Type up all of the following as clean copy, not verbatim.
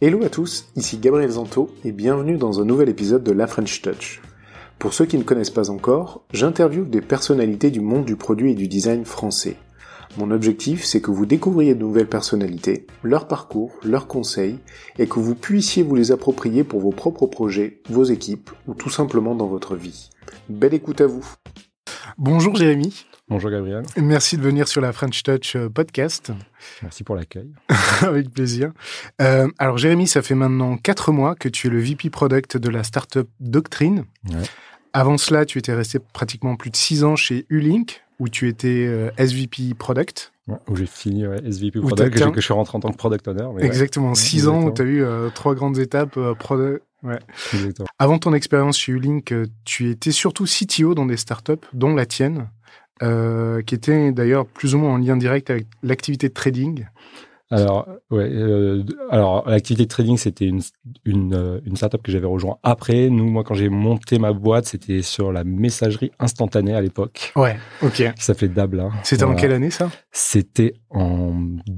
Hello à tous, ici Gabriel Zanto et bienvenue dans un nouvel épisode de La French Touch. Pour ceux qui ne connaissent pas encore, j'interviewe des personnalités du monde du produit et du design français. Mon objectif, c'est que vous découvriez de nouvelles personnalités, leur parcours, leurs conseils, et que vous puissiez vous les approprier pour vos propres projets, vos équipes, ou tout simplement dans votre vie. Belle écoute à vous. Bonjour Jérémy. Bonjour Gabriel. Merci de venir sur la French Touch podcast. Merci pour l'accueil. Avec plaisir. Alors Jérémy, ça fait maintenant 4 mois que tu es le VP Product de la startup Doctrine. Ouais. Avant cela, tu étais resté pratiquement plus de 6 ans chez Ulink, où tu étais SVP Product. Ouais, où j'ai fini SVP Product, que je suis rentré en tant que Product Owner. Mais exactement, 6 ans où tu as eu 3 grandes étapes. Ouais. Exactement. Avant ton expérience chez Ulink, tu étais surtout CTO dans des startups, dont la tienne. Qui était d'ailleurs plus ou moins en lien direct avec l'activité de trading. Alors, alors l'activité de trading, c'était une startup que j'avais rejoint après. Moi, quand j'ai monté ma boîte, c'était sur la messagerie instantanée à l'époque. Ouais, ok. Qui s'appelait Dabla. C'était en quelle année, ça? C'était en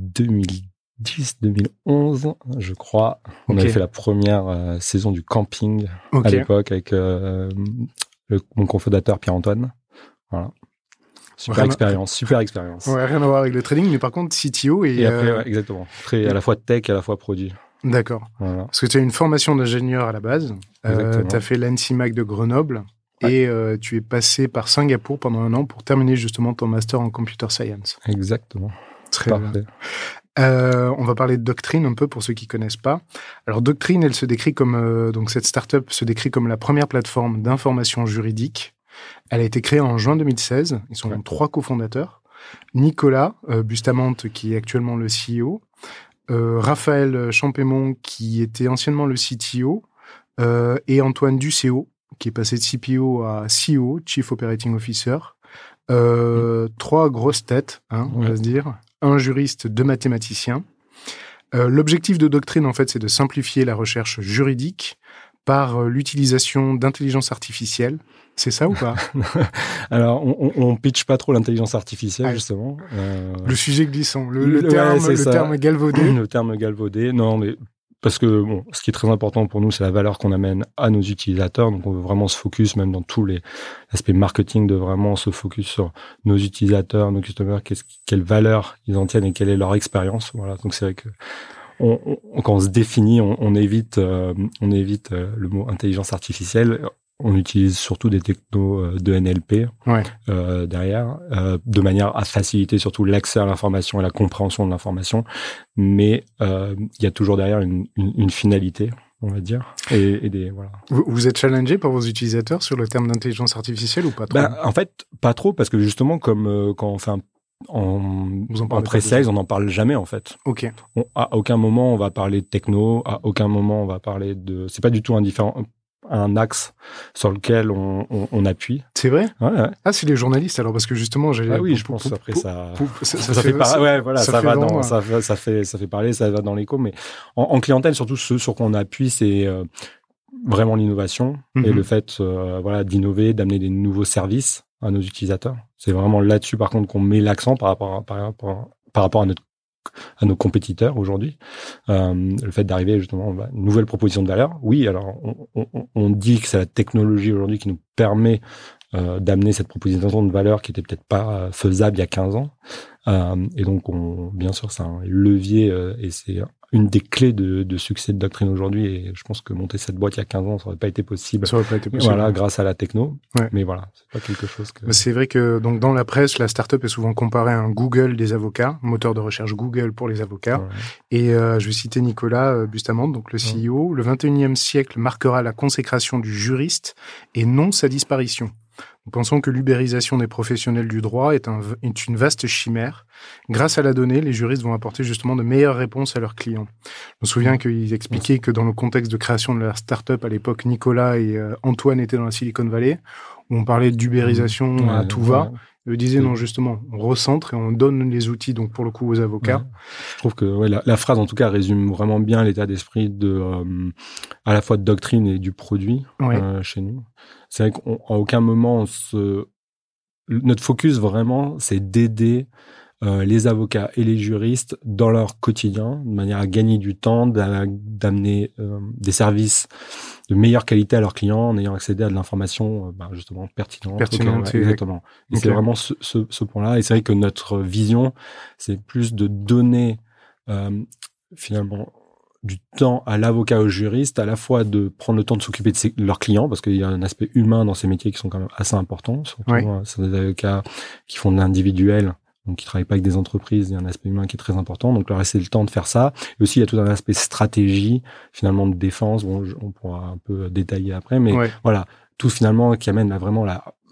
2011, je crois. On avait fait la première saison du camping à l'époque avec mon cofondateur Pierre-Antoine. Voilà. Super expérience. Ouais, rien à voir avec le trading, mais par contre, CTO et après, ouais, exactement. Très, à la fois tech et à la fois produit. D'accord. Voilà. Parce que tu as une formation d'ingénieur à la base. Tu as fait l'ANSIMAC de Grenoble et tu es passé par Singapour pendant 1 an pour terminer justement ton master en computer science. Exactement. Très parfait. On va parler de Doctrine un peu pour ceux qui connaissent pas. Alors Doctrine, elle se décrit comme donc cette startup se décrit comme la première plateforme d'information juridique. Elle a été créée en juin 2016. Ils sont 3 cofondateurs. Nicolas Bustamante, qui est actuellement le CEO. Raphaël Champémont, qui était anciennement le CTO. Et Antoine Ducéo, qui est passé de CPO à CEO, Chief Operating Officer. 3 grosses têtes, on va se dire. 1 juriste, 2 mathématiciens. L'objectif de Doctrine, en fait, c'est de simplifier la recherche juridique par l'utilisation d'intelligence artificielle. C'est ça ou pas? Alors, on pitch pas trop l'intelligence artificielle, justement. Le sujet glissant, le terme galvaudé. Le terme galvaudé, non, mais parce que bon, ce qui est très important pour nous, c'est la valeur qu'on amène à nos utilisateurs. Donc, on veut vraiment se focus, même dans tous les aspects marketing, de vraiment se focus sur nos utilisateurs, nos customers, quelle valeur ils en tiennent et quelle est leur expérience. Voilà. Donc, c'est vrai que quand on se définit, on évite le mot intelligence artificielle. On utilise surtout des technos de NLP derrière, de manière à faciliter surtout l'accès à l'information et la compréhension de l'information. Mais il y a toujours derrière une finalité, on va dire. Voilà. Vous êtes challengé par vos utilisateurs sur le terme d'intelligence artificielle ou pas trop? En fait, pas trop, parce que justement, comme quand on fait en pré-sales, on n'en parle jamais, en fait. Ok. À aucun moment, on va parler de techno. À aucun moment, on va parler de... C'est pas du tout un axe sur lequel on appuie. C'est vrai? Ouais. Ah, c'est les journalistes, alors, parce que justement, oui, je pense après ça fait parler, ça fait parler, ça va dans l'écho, mais en clientèle, surtout ce sur quoi on appuie, c'est vraiment l'innovation et le fait, d'innover, d'amener des nouveaux services à nos utilisateurs. C'est vraiment là-dessus, par contre, qu'on met l'accent par rapport à nos compétiteurs aujourd'hui. Le fait d'arriver justement à une nouvelle proposition de valeur. Oui, alors on dit que c'est la technologie aujourd'hui qui nous permet d'amener cette proposition de valeur qui était peut-être pas faisable il y a 15 ans. Et donc, bien sûr, c'est un levier et c'est une des clés de succès de Doctrine aujourd'hui. Et je pense que monter cette boîte il y a 15 ans, ça aurait pas été possible. Voilà, grâce à la techno. Ouais. Mais voilà, c'est pas quelque chose que... C'est vrai que donc dans la presse, la startup est souvent comparée à un Google des avocats, moteur de recherche Google pour les avocats. Ouais. Et je vais citer Nicolas Bustamante, donc le CEO. Le 21e siècle marquera la consécration du juriste et non sa disparition. Nous pensons que l'ubérisation des professionnels du droit est une vaste chimère. Grâce à la donnée, les juristes vont apporter justement de meilleures réponses à leurs clients. Je me souviens qu'ils expliquaient que dans le contexte de création de la start-up, à l'époque, Nicolas et Antoine étaient dans la Silicon Valley, où on parlait d'ubérisation à tout va. Ils disaient non, justement, on recentre et on donne les outils, donc pour le coup, aux avocats. Ouais. Je trouve que la phrase, en tout cas, résume vraiment bien l'état d'esprit à la fois de Doctrine et du produit chez nous. C'est vrai qu'à aucun moment, notre focus vraiment, c'est d'aider les avocats et les juristes dans leur quotidien, de manière à gagner du temps, d'amener des services de meilleure qualité à leurs clients en ayant accédé à de l'information justement pertinente. Exactement. Et c'est vraiment ce point-là. Et c'est vrai que notre vision, c'est plus de donner finalement du temps à l'avocat, au juriste, à la fois de prendre le temps de s'occuper de leurs clients, parce qu'il y a un aspect humain dans ces métiers qui sont quand même assez importants, surtout sur des avocats qui font de l'individuel, donc qui travaillent pas avec des entreprises, il y a un aspect humain qui est très important, donc leur laisser le temps de faire ça. Et aussi, il y a tout un aspect stratégie, finalement, de défense, bon, on pourra un peu détailler après, mais voilà, tout finalement qui amène vraiment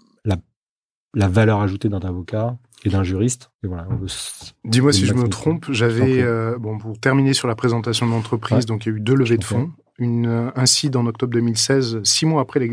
la valeur ajoutée d'un avocat et d'un juriste. Et voilà. Dis-moi si je me trompe, j'avais, pour terminer sur la présentation de l'entreprise, donc il y a eu 2 levées de fonds. Ainsi, en octobre 2016, 6 mois après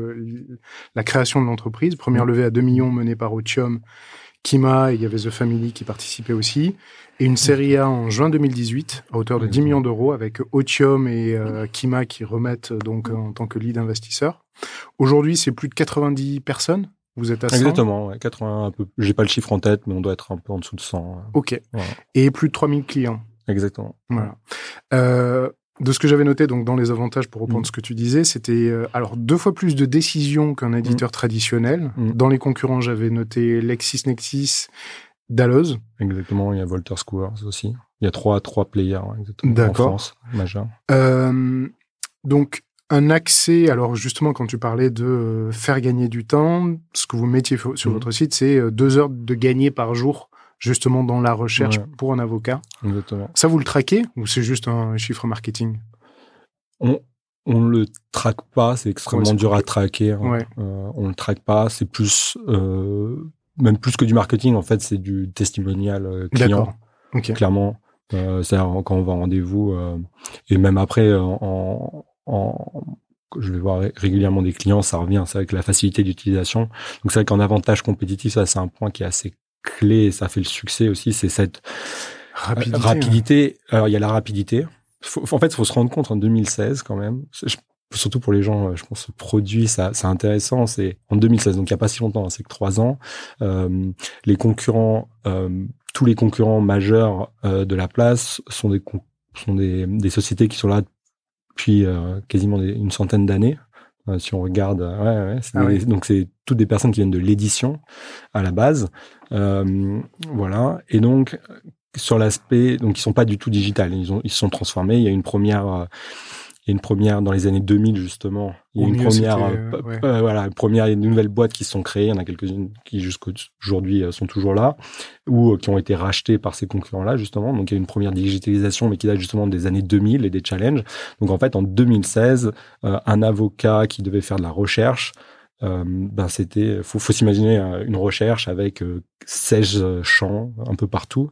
la création de l'entreprise, première levée à 2 millions menée par Otium, Kima, et il y avait The Family qui participait aussi, et une série A en juin 2018 à hauteur de 10 millions d'euros avec Otium et Kima qui remettent donc en tant que lead investisseur. Aujourd'hui, c'est plus de 90 personnes. Vous êtes à 100? Exactement, 80 un peu. J'ai pas le chiffre en tête, mais on doit être un peu en dessous de 100. Ok. Voilà. Et plus de 3000 clients. Exactement. Voilà. De ce que j'avais noté, donc dans les avantages, pour reprendre ce que tu disais, c'était alors 2 fois plus de décisions qu'un éditeur traditionnel. Dans les concurrents, j'avais noté LexisNexis, Dalloz. Exactement. Il y a Wolters Kluwer aussi. Il y a trois players en France majeurs. Donc un accès, alors justement quand tu parlais de faire gagner du temps, ce que vous mettiez sur votre site, c'est 2 heures de gagner par jour, justement dans la recherche pour un avocat. Exactement. Ça, vous le traquez ou c'est juste un chiffre marketing? On le traque pas, c'est extrêmement dur à traquer. On le traque pas, c'est plus, même plus que du marketing, en fait, c'est du testimonial client. Okay. Clairement. C'est-à-dire quand on va en rendez-vous, et même après, je vais voir régulièrement des clients, ça revient, c'est avec la facilité d'utilisation. Donc c'est vrai qu'en avantage compétitif, ça c'est un point qui est assez clé et ça fait le succès aussi, c'est cette rapidité. Alors il y a la rapidité. En fait, il faut se rendre compte en 2016 quand même. Surtout pour les gens, je pense, ce produit, c'est intéressant. C'est en 2016, donc il n'y a pas si longtemps, c'est que 3 ans. Les concurrents, tous les concurrents majeurs de la place sont des sociétés qui sont là depuis quasiment une centaine d'années. Si on regarde, donc c'est toutes des personnes qui viennent de l'édition à la base, voilà. Et donc sur l'aspect, donc ils sont pas du tout digital, ils se sont transformés. Il y a une première dans les années 2000 justement. Il y a une nouvelle boîte qui se sont créées. Il y en a quelques-unes qui jusqu'aujourd'hui sont toujours là ou qui ont été rachetées par ces concurrents-là justement. Donc il y a une première digitalisation, mais qui date justement des années 2000 et des challenges. Donc en fait en 2016, un avocat qui devait faire de la recherche, c'était, faut s'imaginer une recherche avec 16 champs un peu partout,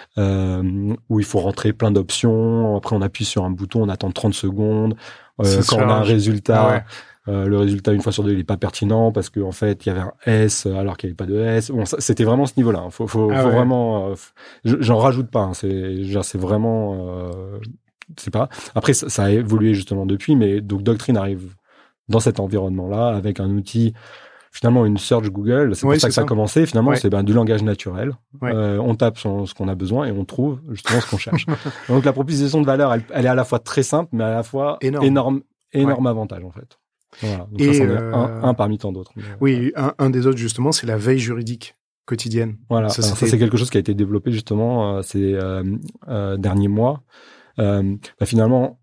où il faut rentrer plein d'options. Après, on appuie sur un bouton, on attend 30 secondes. Quand on a un résultat, le résultat, une fois sur 2, il est pas pertinent parce qu'en fait, il y avait un S alors qu'il n'y avait pas de S. Bon, c'était vraiment ce niveau-là. Faut vraiment, j'en rajoute pas. C'est vraiment, c'est pas. Après, ça a évolué justement depuis, mais donc Doctrine arrive dans cet environnement-là, avec un outil, finalement une search Google, c'est pour ça que ça a commencé, finalement, c'est du langage naturel. On tape ce qu'on a besoin et on trouve justement ce qu'on cherche. Donc la proposition de valeur, elle est à la fois très simple, mais à la fois énorme avantage, en fait. Voilà. Donc et ça, c'en est un parmi tant d'autres. Oui, un des autres, justement, c'est la veille juridique quotidienne. Voilà, ça c'est quelque chose qui a été développé justement ces derniers mois. Finalement,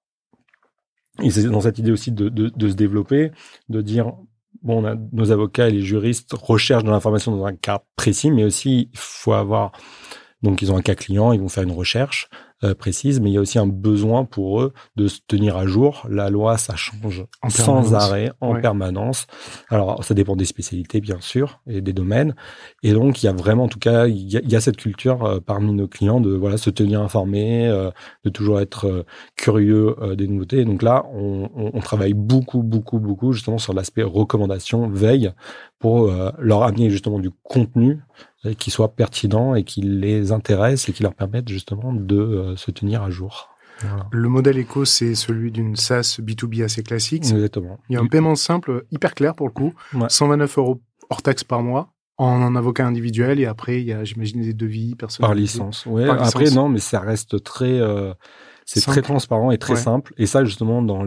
et c'est dans cette idée aussi de se développer, de dire, bon, on a nos avocats et les juristes recherchent de l'information dans un cas précis, mais aussi il faut avoir, donc ils ont un cas client, ils vont faire une recherche précise, mais il y a aussi un besoin pour eux de se tenir à jour. La loi, ça change sans arrêt, en permanence. Alors, ça dépend des spécialités, bien sûr, et des domaines. Et donc, il y a vraiment, en tout cas, il y a cette culture parmi nos clients de se tenir informés, de toujours être curieux des nouveautés. Et donc là, on travaille beaucoup, justement, sur l'aspect recommandation, veille, pour leur amener justement du contenu qui soit pertinent et qui les intéresse et qui leur permette justement de se tenir à jour. Voilà. Le modèle éco, c'est celui d'une SaaS B2B assez classique. Exactement. Il y a un paiement simple, hyper clair pour le coup, 129 € hors taxe par mois. En avocat individuel, et après, il y a, j'imagine, des devis personnels. Par licence, ouais. Après, non, mais ça reste très... c'est simple. Très transparent et très simple. Et ça, justement, dans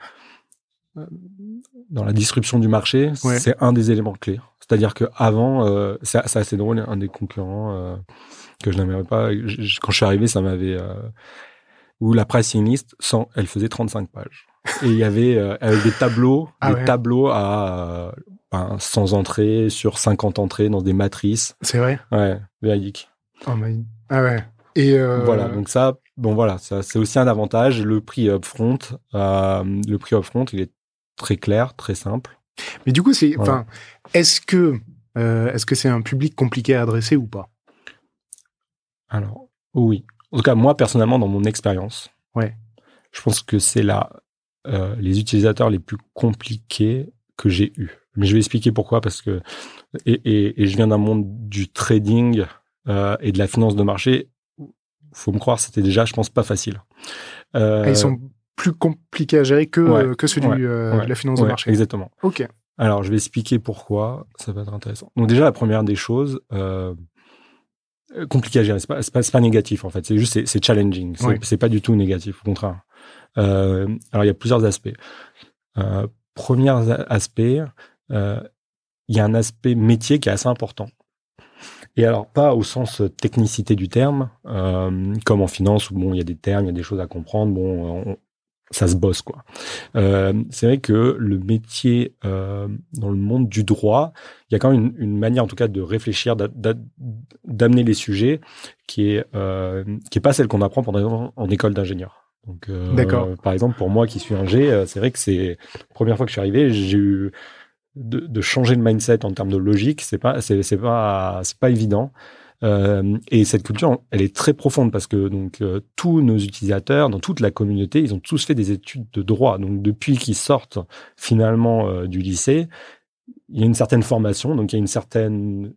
la disruption du marché, c'est un des éléments clés. C'est-à-dire qu'avant, c'est assez drôle, un des concurrents que je n'aimerais pas, quand je suis arrivé, ça m'avait... où la pricing list, elle faisait 35 pages. Et il y avait avec des tableaux, tableaux à 100 entrées sur 50 entrées dans des matrices. C'est vrai? Ouais, véridique. Oh my... Ah ouais. Et voilà, donc ça, ça c'est aussi un avantage. Le prix upfront, il est très clair, très simple. Mais du coup, est-ce que c'est un public compliqué à adresser ou pas? Alors, oui. En tout cas, moi, personnellement, dans mon expérience, je pense que c'est les utilisateurs les plus compliqués que j'ai eus. Mais je vais expliquer pourquoi, parce que et je viens d'un monde du trading et de la finance de marché. Faut me croire, c'était déjà, je pense, pas facile. Ils sont plus compliqués à gérer que ceux de la finance de marché. Exactement. Ok. Alors, je vais expliquer pourquoi. Ça va être intéressant. Donc déjà, la première des choses. Compliqué à gérer, c'est pas négatif en fait, c'est challenging, c'est pas du tout négatif, au contraire. Alors il y a plusieurs aspects. Premier aspect, il y a un aspect métier qui est assez important. Et alors pas au sens technicité du terme, comme en finance où il y a des termes, il y a des choses à comprendre, ça se bosse quoi. C'est vrai que le métier dans le monde du droit, il y a quand même une manière en tout cas de réfléchir, d'amener les sujets qui est pas celle qu'on apprend pendant en école d'ingénieur. Donc par exemple pour moi qui suis ingé, c'est vrai que c'est la première fois que je suis arrivé, j'ai eu de changer le mindset en termes de logique, c'est pas évident. Et cette culture, elle est très profonde parce que tous nos utilisateurs, dans toute la communauté, ils ont tous fait des études de droit. Donc depuis qu'ils sortent finalement du lycée, il y a une certaine formation, donc il y a une certaine...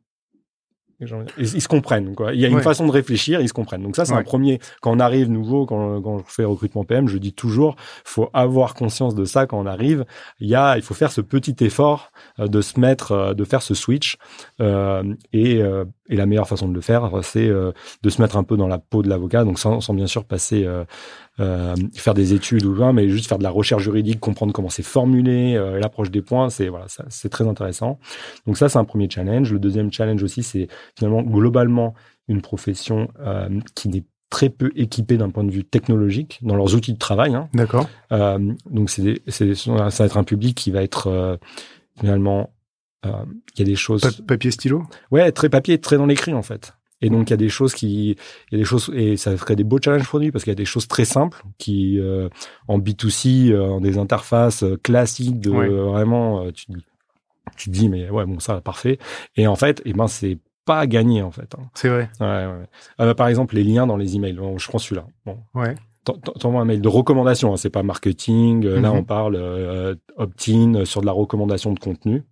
Ils se comprennent, quoi. Il y a une façon de réfléchir, ils se comprennent. Donc ça, c'est un premier... Quand on arrive nouveau, quand je fais recrutement PM, je dis toujours, faut avoir conscience de ça quand on arrive. Il faut faire ce petit effort de se mettre, de faire ce switch. Et la meilleure façon de le faire, c'est de se mettre un peu dans la peau de l'avocat. Donc sans bien sûr passer... faire des études ou mais juste faire de la recherche juridique, comprendre comment c'est formulé, l'approche des points, c'est très intéressant. Donc ça, c'est un premier challenge. Le deuxième challenge aussi, c'est finalement globalement une profession qui n'est très peu équipée d'un point de vue technologique dans leurs outils de travail. Hein. D'accord. Donc ça va être un public qui va être finalement il y a des choses papier stylo. Ouais, très papier, très dans l'écrit en fait. Et donc, il y a des choses et ça ferait des beaux challenges produits parce qu'il y a des choses très simples qui, en B2C, en des interfaces classiques vraiment, tu te dis, mais ça, parfait. Et en fait, c'est pas gagné, en fait. Hein. C'est vrai. Ouais. Par exemple, les liens dans les emails. Bon, je prends celui-là. Bon. Ouais. T'envoies un mail de recommandation, hein, c'est pas marketing. Là, on parle opt-in sur de la recommandation de contenu.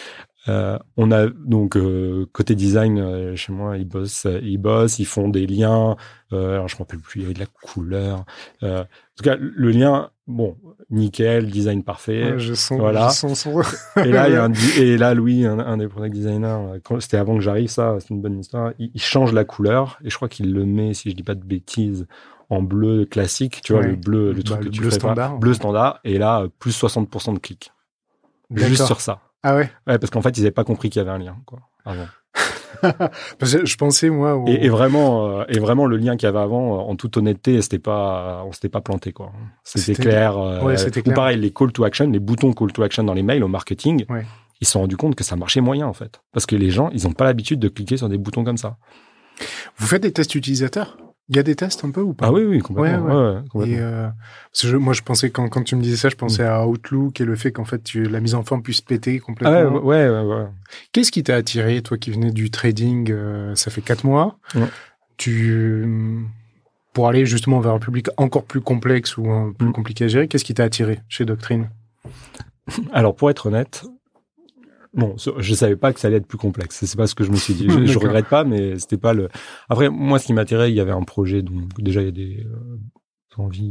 On a donc côté design chez moi, ils bossent, ils font des liens. Alors je me rappelle plus, il y avait de la couleur. En tout cas, le lien, nickel, design parfait. Ouais, je sens. Et là, Louis, un des product designers, c'était avant que j'arrive, ça, c'est une bonne histoire. Il change la couleur et je crois qu'il le met, si je dis pas de bêtises, en bleu classique. Tu vois le bleu, le truc que tu fais standard. Bleu standard. Et là, plus 60% de clics. Juste sur ça. Ah ouais. Ouais, parce qu'en fait, ils n'avaient pas compris qu'il y avait un lien, quoi, avant. Parce que je pensais, moi... Et vraiment, le lien qu'il y avait avant, en toute honnêteté, on s'était pas planté, quoi. C'était clair. C'était clair. Ou pareil, les call to action, les boutons call to action dans les mails, au marketing, ils se sont rendus compte que ça marchait moyen, en fait. Parce que les gens, ils n'ont pas l'habitude de cliquer sur des boutons comme ça. Vous faites des tests utilisateurs ? Il y a des tests un peu ou pas ? Ah oui, complètement. Ouais, complètement. Et parce que moi, je pensais quand tu me disais ça, je pensais à Outlook et le fait qu'en fait la mise en forme puisse péter complètement. Ah ouais. Qu'est-ce qui t'a attiré, toi qui venais du trading, ça fait 4 mois, pour aller justement vers un public encore plus complexe ou plus compliqué à gérer, qu'est-ce qui t'a attiré chez Doctrine ? Alors pour être honnête. Bon, je savais pas que ça allait être plus complexe. C'est pas ce que je me suis dit. Je regrette pas, mais c'était pas le. Après, moi, ce qui m'attirait, il y avait un projet. Donc déjà, il y a des envies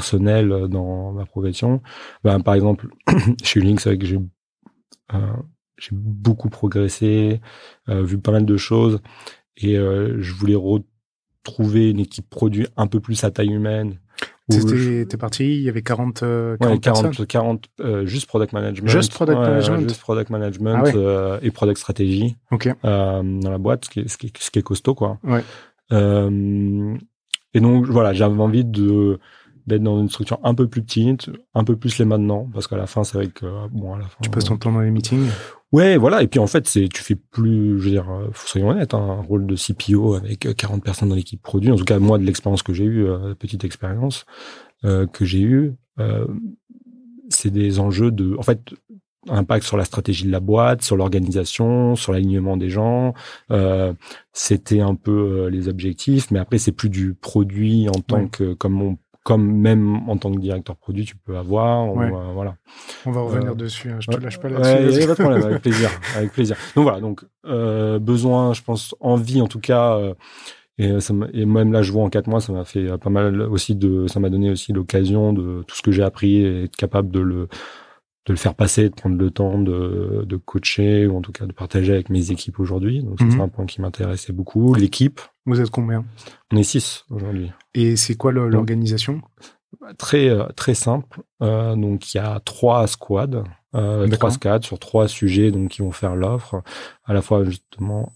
personnelles dans ma progression. Par exemple, chez Unix, c'est vrai que j'ai beaucoup progressé, vu pas mal de choses, et je voulais retrouver une équipe produit un peu plus à taille humaine. T'es parti, il y avait 40 personnes. 40 juste product management. Juste product management. Juste product management et product stratégie. Ok. Dans la boîte, ce qui est costaud, quoi. Ouais. Et donc voilà, j'avais envie d'être dans une structure un peu plus petite, un peu plus les maintenant, parce qu'à la fin, c'est vrai que à la fin. Tu passes ton temps dans les meetings. Ouais, voilà. Et puis en fait, tu fais plus, je veux dire, soyons honnêtes, un rôle de CPO avec 40 personnes dans l'équipe produit. En tout cas, moi, de l'expérience que j'ai eue, petite expérience que j'ai eue, c'est des enjeux en fait, impact sur la stratégie de la boîte, sur l'organisation, sur l'alignement des gens. C'était un peu les objectifs, mais après, c'est plus du produit en tant que comme même en tant que directeur produit, tu peux avoir. Voilà. On va revenir dessus. Je te lâche pas là-dessus. Ouais, pas de problème, avec plaisir, avec plaisir. Donc voilà, besoin, je pense, envie en tout cas. Et même là, je vois en 4 mois, ça m'a fait pas mal aussi ça m'a donné aussi l'occasion de tout ce que j'ai appris et être capable de le faire passer, de prendre le temps de coacher ou en tout cas de partager avec mes équipes aujourd'hui. Donc c'est un point qui m'intéressait beaucoup. L'équipe. Vous êtes combien? On est 6 aujourd'hui. Et c'est quoi l'organisation? Très très simple. Donc il y a 3 squads, 3 squads sur 3 sujets donc qui vont faire l'offre. À la fois justement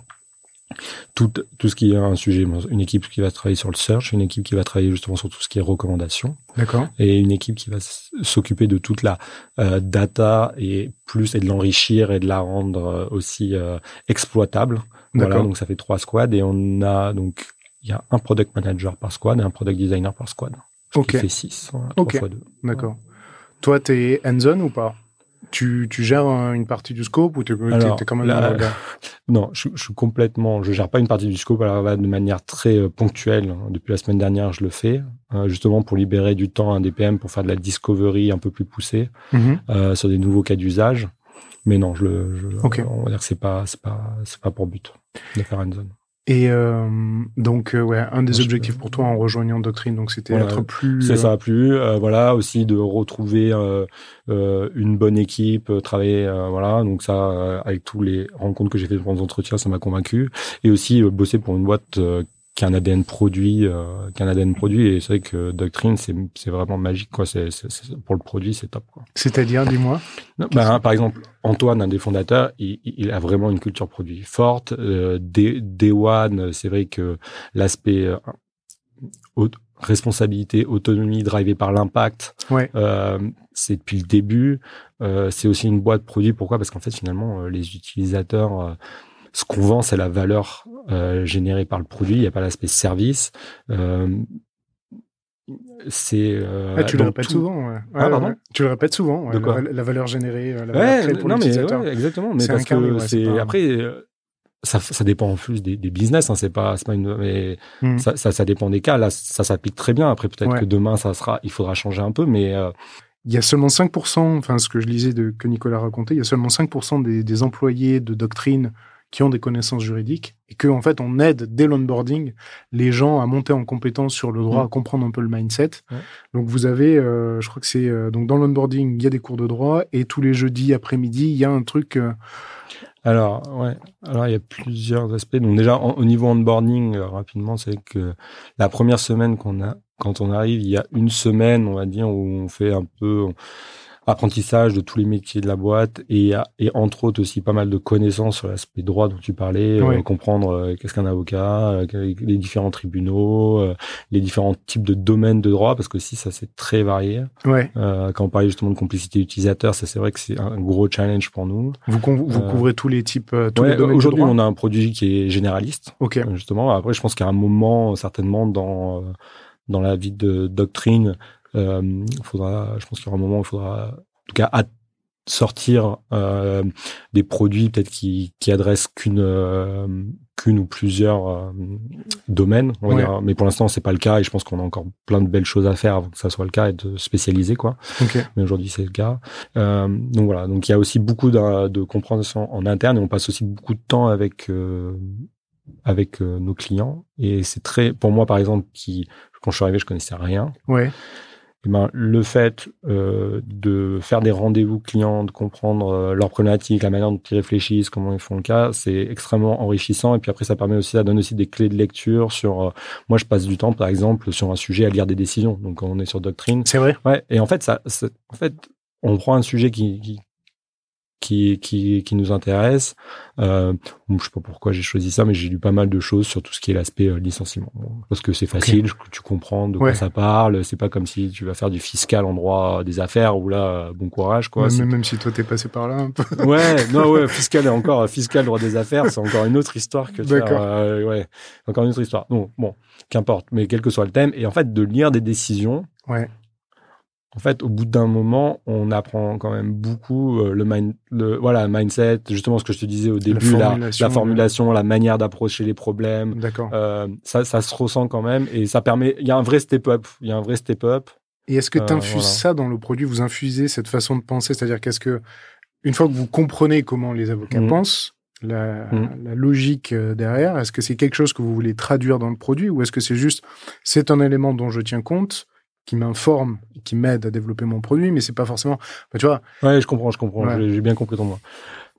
tout ce qui est un sujet, une équipe qui va travailler sur le search, une équipe qui va travailler justement sur tout ce qui est recommandation. D'accord. Et une équipe qui va s'occuper de toute la data et de l'enrichir et de la rendre aussi exploitable. Voilà, donc ça fait 3 squads et on a donc il y a un product manager par squad et un product designer par squad. Ce qui fait 6. Voilà, 3 fois 2. D'accord. Toi, t'es hands-on ou pas? Tu gères une partie du scope ou t'es quand même un gars? Non, je gère pas une partie du scope. Alors là, de manière très ponctuelle. Depuis la semaine dernière, je le fais justement pour libérer du temps à un DPM pour faire de la discovery un peu plus poussée sur des nouveaux cas d'usage. Mais non, on va dire que c'est pas pour but de faire hands-on. Et donc un des objectifs pour toi en rejoignant Doctrine, donc c'était être plus. C'est ça, voilà, aussi de retrouver une bonne équipe, travailler, voilà. Donc ça, avec tous les rencontres que j'ai fait pendant les entretiens, ça m'a convaincu. Et aussi bosser pour une boîte qui a un ADN produit, et c'est vrai que Doctrine, c'est vraiment magique, quoi. C'est pour le produit, c'est top, quoi. C'est-à-dire, dis-moi. Par exemple, Antoine, un des fondateurs, il a vraiment une culture produit forte. Day One, c'est vrai que l'aspect responsabilité, autonomie, drivé par l'impact, c'est depuis le début. C'est aussi une boîte produit. Pourquoi? Parce qu'en fait, finalement, les utilisateurs, ce qu'on vend, c'est la valeur générée par le produit. Il n'y a pas l'aspect service. Tu le répètes souvent. Pardon. Tu le répètes souvent. La valeur générée, la valeur créée pour l'utilisateur. Exactement. Mais parce que après, ça dépend en plus des business. Hein, c'est pas une. Mais ça dépend des cas. Là, ça s'applique très bien. Après, peut-être que demain, il faudra changer un peu, mais. Il y a seulement 5%, enfin ce que je lisais que Nicolas racontait, il y a seulement 5% des employés de Doctrine qui ont des connaissances juridiques et que en fait on aide dès l'onboarding les gens à monter en compétence sur le droit, à comprendre un peu le mindset. Donc vous avez, je crois que c'est donc dans l'onboarding il y a des cours de droit et tous les jeudis après-midi il y a un truc. Alors il y a plusieurs aspects. Donc déjà au niveau onboarding rapidement, c'est que la première semaine quand on arrive, il y a une semaine, on va dire, où on fait un peu apprentissage de tous les métiers de la boîte et entre autres aussi pas mal de connaissances sur l'aspect droit dont tu parlais, comprendre qu'est-ce qu'un avocat, les différents tribunaux, les différents types de domaines de droit, parce que si ça c'est très varié. Quand on parlait justement de complicité utilisateur, ça c'est vrai que c'est un gros challenge pour nous. Vous couvrez tous les types, tous les domaines aujourd'hui, de droit. On a un produit qui est généraliste. Justement, après je pense qu'à un moment certainement dans la vie de Doctrine, je pense qu'il y aura un moment où il faudra, en tout cas, sortir des produits peut-être qui adressent qu'une ou plusieurs domaines, on va dire. Mais pour l'instant, c'est pas le cas et je pense qu'on a encore plein de belles choses à faire avant que ça soit le cas et de spécialiser, quoi. Mais aujourd'hui, c'est le cas. Donc voilà. Donc il y a aussi beaucoup de compréhension en interne et on passe aussi beaucoup de temps avec nos clients et c'est très, pour moi par exemple, quand je suis arrivé, je connaissais rien. Eh ben, le fait de faire des rendez-vous clients, de comprendre leurs problématiques, la manière dont ils réfléchissent, comment ils font le cas, c'est extrêmement enrichissant. Et puis après, ça donne aussi des clés de lecture sur. Moi, je passe du temps, par exemple, sur un sujet à lire des décisions. Donc, on est sur Doctrine. C'est vrai. Ouais. Et en fait, on prend un sujet qui nous intéresse. Je sais pas pourquoi j'ai choisi ça, mais j'ai lu pas mal de choses sur tout ce qui est l'aspect licenciement. Parce que c'est facile, tu comprends de quoi ça parle. C'est pas comme si tu vas faire du fiscal en droit des affaires où là, bon courage, quoi. Même si toi t'es passé par là un peu. Fiscal droit des affaires, c'est encore une autre histoire que encore une autre histoire. Donc bon, qu'importe, mais quel que soit le thème. Et en fait, de lire des décisions. Ouais. En fait, au bout d'un moment, on apprend quand même beaucoup le mindset, justement ce que je te disais au début, la formulation, la manière d'approcher les problèmes. D'accord. Ça se ressent quand même et ça permet. Il y a un vrai step-up. Et est-ce que tu infuses ça dans le produit? Vous infusez cette façon de penser, c'est-à-dire qu'est-ce que une fois que vous comprenez comment les avocats pensent, la logique derrière, est-ce que c'est quelque chose que vous voulez traduire dans le produit ou est-ce que c'est un élément dont je tiens compte, qui m'informe, qui m'aide à développer mon produit, mais c'est pas forcément, tu vois. Ouais, je comprends. Ouais. J'ai bien compris ton mot.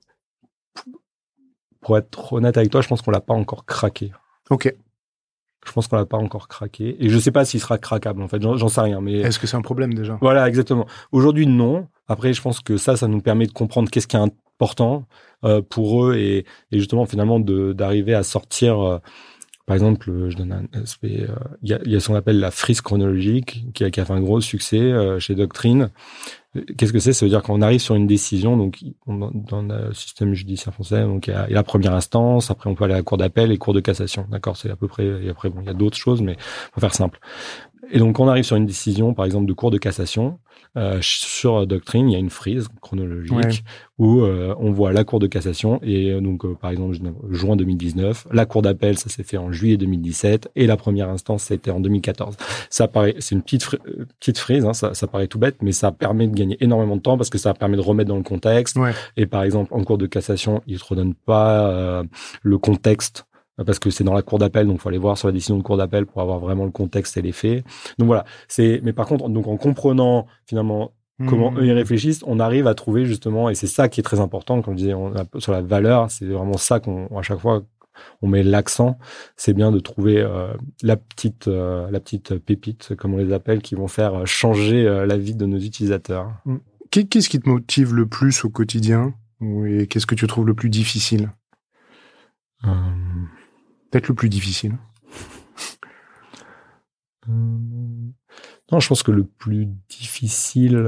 Pour être honnête avec toi, je pense qu'on l'a pas encore craqué. Ok. Je pense qu'on l'a pas encore craqué. Et je sais pas s'il sera craquable, en fait. J'en sais rien, mais. Est-ce que c'est un problème, déjà? Voilà, exactement. Aujourd'hui, non. Après, je pense que ça nous permet de comprendre qu'est-ce qui est important, pour eux et justement, finalement, d'arriver à sortir, par exemple, je donne un aspect, il y a ce qu'on appelle la frise chronologique qui a fait un gros succès chez Doctrine. Qu'est-ce que c'est? Ça veut dire qu'on arrive sur une décision, donc dans le système judiciaire français, donc il y a la première instance, après on peut aller à la cour d'appel et cour de cassation. D'accord, c'est à peu près. Et après bon, il y a d'autres choses, mais pour faire simple. Et donc on arrive sur une décision, par exemple de cour de cassation. Sur Doctrine, il y a une frise chronologique où on voit la cour de cassation et donc par exemple juin 2019, la cour d'appel ça s'est fait en juillet 2017 et la première instance c'était en 2014. Ça paraît, c'est une petite frise, hein, ça paraît tout bête, mais ça permet de gagner énormément de temps parce que ça permet de remettre dans le contexte. Et par exemple en cour de cassation, ils te redonnent pas le contexte. Parce que c'est dans la cour d'appel, donc il faut aller voir sur la décision de cour d'appel pour avoir vraiment le contexte et les faits. Donc voilà, mais par contre, donc en comprenant finalement comment eux ils réfléchissent, on arrive à trouver justement, et c'est ça qui est très important, comme je disais, sur la valeur, c'est vraiment ça à chaque fois on met l'accent, c'est bien de trouver la petite pépite, comme on les appelle, qui vont faire changer la vie de nos utilisateurs. Qu'est-ce qui te motive le plus au quotidien, et qu'est-ce que tu trouves le plus difficile? Peut-être le plus difficile. Non, je pense que le plus difficile...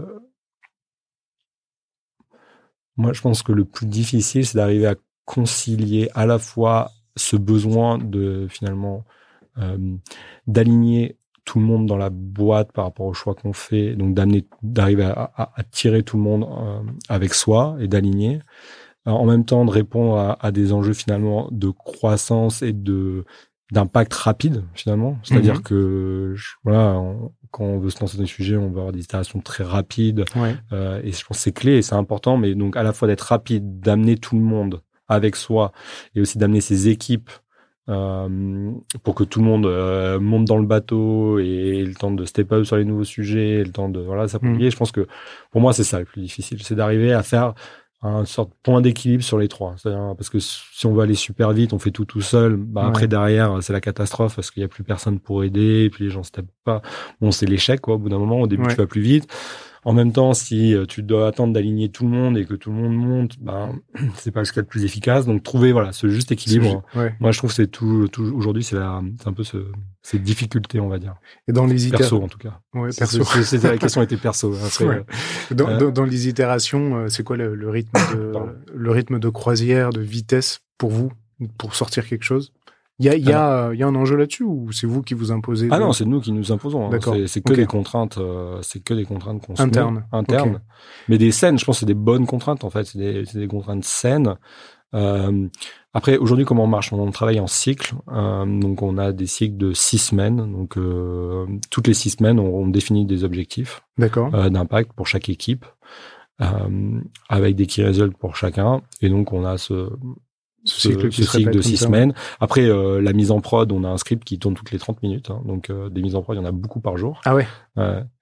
Moi, je pense que le plus difficile, c'est d'arriver à concilier à la fois ce besoin de, finalement, d'aligner tout le monde dans la boîte par rapport au choix qu'on fait, donc d'arriver à tirer tout le monde avec soi et d'aligner. En même temps de répondre à des enjeux finalement de croissance et d'impact rapide finalement. C'est-à-dire que quand on veut se lancer dans des sujets, on va avoir des itérations très rapides et je pense que c'est clé et c'est important. Mais donc à la fois d'être rapide, d'amener tout le monde avec soi et aussi d'amener ses équipes pour que tout le monde monte dans le bateau et ait le temps de step up sur les nouveaux sujets, et le temps de s'approprier. Je pense que pour moi c'est ça le plus difficile, c'est d'arriver à faire un sorte de point d'équilibre sur les trois. C'est-à-dire, parce que si on veut aller super vite, on fait tout seul. Après, derrière, c'est la catastrophe parce qu'il n'y a plus personne pour aider et puis les gens se tapent pas. Bon, c'est l'échec, quoi. Au bout d'un moment, au début, tu vas plus vite. En même temps, si tu dois attendre d'aligner tout le monde et que tout le monde monte, c'est pas ce qu'il y a de plus efficace. Donc, trouver, ce juste équilibre. Moi, je trouve que c'est tout aujourd'hui, c'est un peu cette difficulté, on va dire. Et dans les perso, en tout cas. Ouais, perso. C'était la question était perso. Après, dans les itérations, c'est quoi le rythme de croisière, de vitesse pour vous, pour sortir quelque chose? Il y a un enjeu là-dessus ou c'est vous qui vous imposez? Ah non, c'est nous qui nous imposons. D'accord. C'est que des contraintes, qu'on se met internes. Mais des saines, je pense, que c'est des bonnes contraintes en fait. C'est des contraintes saines. Après, aujourd'hui, comment on marche? On travaille en cycle. Donc, on a des cycles de 6 semaines. Donc, toutes les 6 semaines, on définit des objectifs d'impact pour chaque équipe, avec des key results pour chacun. Et donc, on a ce cycle de 6 semaines. Après, la mise en prod, on a un script qui tourne toutes les 30 minutes. Donc, des mises en prod, il y en a beaucoup par jour. Ah ouais.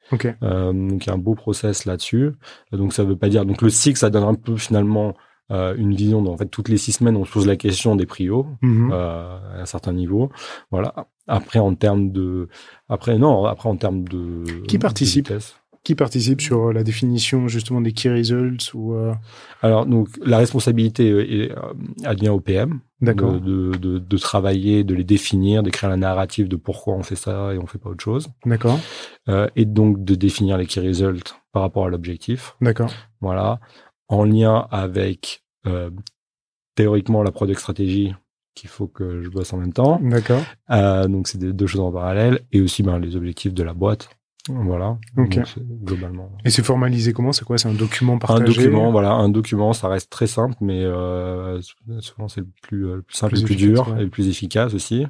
Ok. Donc il y a un beau process là-dessus. Donc ça veut pas dire. Donc le cycle, ça donne un peu finalement une vision. En fait, toutes les 6 semaines, on se pose la question des prios à un certain niveau. Voilà. Après en termes de Qui participe sur la définition justement des key results ou Alors donc la responsabilité advient au PM. D'accord. De travailler, de les définir, d'écrire la narrative de pourquoi on fait ça et on fait pas autre chose. D'accord. Et donc de définir les key results par rapport à l'objectif. D'accord. Voilà. En lien avec théoriquement la product stratégie qu'il faut que je bosse en même temps. D'accord. Donc c'est deux choses en parallèle et aussi les objectifs de la boîte. Voilà. Ok. Donc, globalement. Et c'est formalisé comment? C'est quoi? C'est un document partagé? Un document, ça reste très simple, mais souvent c'est le plus simple, le plus dur et le plus efficace aussi.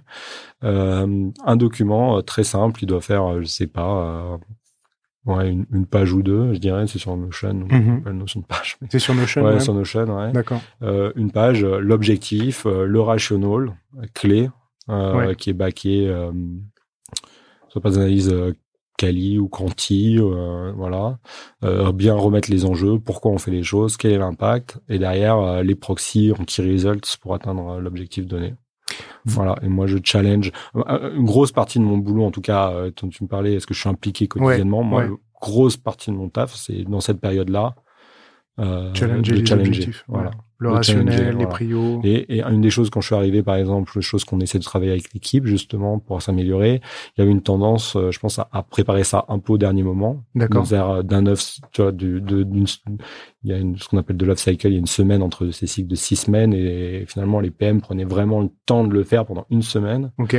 Un document très simple, il doit faire, je sais pas, une page ou deux, je dirais. C'est sur Notion, donc pas une notion de page. Mais... C'est sur Notion. Ouais, sur Notion, ouais. D'accord. Une page, l'objectif, le rational clé, qui est backé, soit pas d'analyse quali ou quanti, voilà. Bien remettre les enjeux, pourquoi on fait les choses, quel est l'impact, et derrière les proxys en key results pour atteindre l'objectif donné. Voilà. Et moi, je challenge une grosse partie de mon boulot, en tout cas, dont tu me parlais, est-ce que je suis impliqué quotidiennement? Moi, grosse partie de mon taf, c'est dans cette période-là, challenger les objectifs. Voilà. Le rationnel, les prios. Et une des choses, quand je suis arrivé, par exemple, une chose qu'on essaie de travailler avec l'équipe, justement, pour s'améliorer, il y avait une tendance, je pense, à préparer ça un peu au dernier moment. D'accord. D'un œuf, tu vois, il y a ce qu'on appelle de l'off cycle, il y a une semaine entre ces cycles de 6 semaines, et finalement, les PM prenaient vraiment le temps de le faire pendant une semaine. Ok.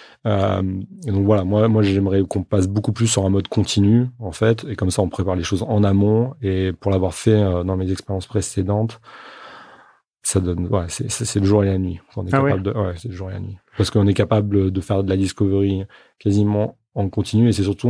Et donc voilà, moi j'aimerais qu'on passe beaucoup plus sur un mode continu, en fait, et comme ça, on prépare les choses en amont, et pour l'avoir fait dans mes expériences précédentes, ça donne, c'est le jour et la nuit. On est capable c'est le jour et la nuit. Parce qu'on est capable de faire de la discovery quasiment en continu, et c'est surtout,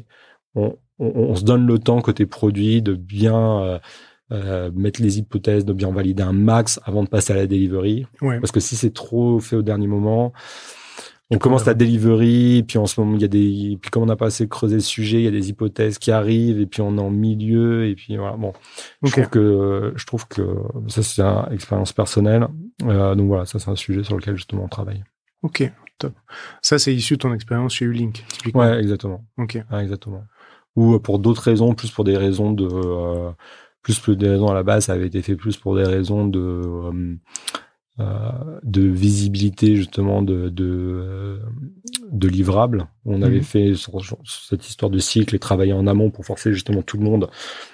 on se donne le temps côté produit de bien mettre les hypothèses, de bien valider un max avant de passer à la delivery. Ouais. Parce que si c'est trop fait au dernier moment, on commence la delivery, puis en ce moment, puis comme on n'a pas assez creusé le sujet, il y a des hypothèses qui arrivent, et puis on est en milieu, et puis voilà. Bon. Okay. Je trouve que ça, c'est une expérience personnelle. Donc voilà, ça, c'est un sujet sur lequel, justement, on travaille. Ok, top. Ça, c'est issu de ton expérience chez Ulink, typiquement. Ouais, exactement. Ok. Ouais, exactement. Ou pour d'autres raisons, plus pour des raisons plus des raisons à la base, ça avait été fait plus pour des raisons de visibilité, justement, de livrables. On avait fait cette histoire de cycle et travailler en amont pour forcer justement tout le monde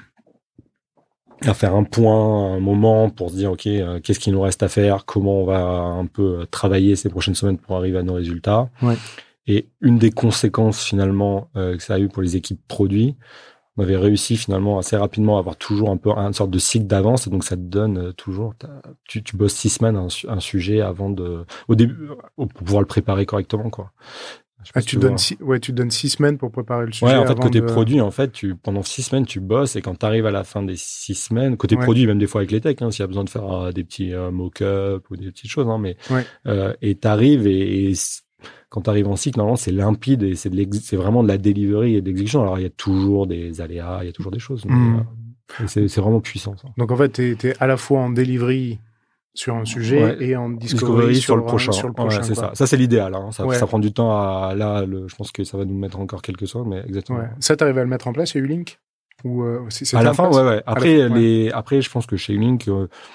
à faire un point, un moment pour se dire, OK, qu'est-ce qu'il nous reste à faire, comment on va un peu travailler ces prochaines semaines pour arriver à nos résultats. Ouais. Et une des conséquences, finalement, que ça a eu pour les équipes produits, on avait réussi finalement assez rapidement à avoir toujours un peu une sorte de cycle d'avance, et donc ça te donne toujours, tu bosses 6 semaines un sujet avant au début, pour pouvoir le préparer correctement, quoi. Tu donnes 6 semaines pour préparer le sujet. Ouais, en fait, côté produit, en fait, pendant 6 semaines, tu bosses, et quand tu arrives à la fin des 6 semaines, côté produit, même des fois avec les techs, s'il y a besoin de faire des petits mock-up ou des petites choses, mais, et t'arrives et quand tu arrives en cycle, normalement, c'est limpide, et c'est vraiment de la delivery et de l'exécution. Alors, il y a toujours des aléas, il y a toujours des choses. Mais, c'est vraiment puissant, ça. Donc, en fait, t'es à la fois en delivery sur un sujet et en discovery sur le prochain. C'est ça. Ça, c'est l'idéal. Ça prend du temps je pense que ça va nous mettre encore quelques soins, mais exactement. Ouais. Ça, t'arrives à le mettre en place chez Ulink? Ou, à la fin, ouais. Après, je pense que chez Ulink,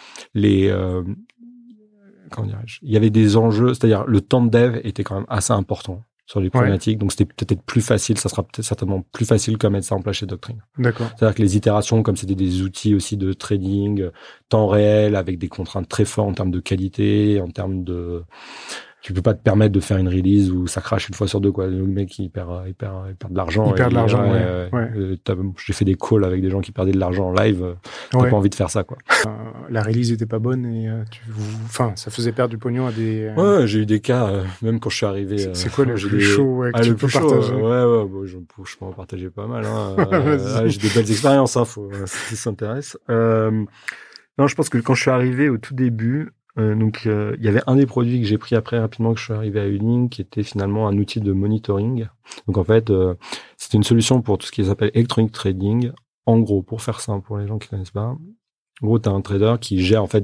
comment dirais-je, il y avait des enjeux, c'est-à-dire le temps de dev était quand même assez important sur les problématiques, donc c'était peut-être plus facile, ça sera peut-être certainement plus facile que mettre ça en place chez Doctrine. D'accord. C'est-à-dire que les itérations, comme c'était des outils aussi de trading, temps réel, avec des contraintes très fortes en termes de qualité, en termes de... Tu peux pas te permettre de faire une release où ça crache une fois sur deux, quoi. Le mec, il perd de l'argent. Il perd de l'argent, j'ai fait des calls avec des gens qui perdaient de l'argent en live. T'as pas envie de faire ça, quoi. La release était pas bonne et ça faisait perdre du pognon à des... Ouais, j'ai eu des cas, même quand je suis arrivé. C'est quoi le plus chaud que tu peux partager? Je peux en partager pas mal, j'ai des belles expériences, si ça s'intéresse. Non, je pense que quand je suis arrivé au tout début, il y avait un des produits que j'ai pris après rapidement que je suis arrivé à Ulink, qui était finalement un outil de monitoring. Donc en fait, C'était une solution pour tout ce qui s'appelle electronic trading. En gros, pour faire simple, pour les gens qui connaissent pas, en gros, tu as un trader qui gère en fait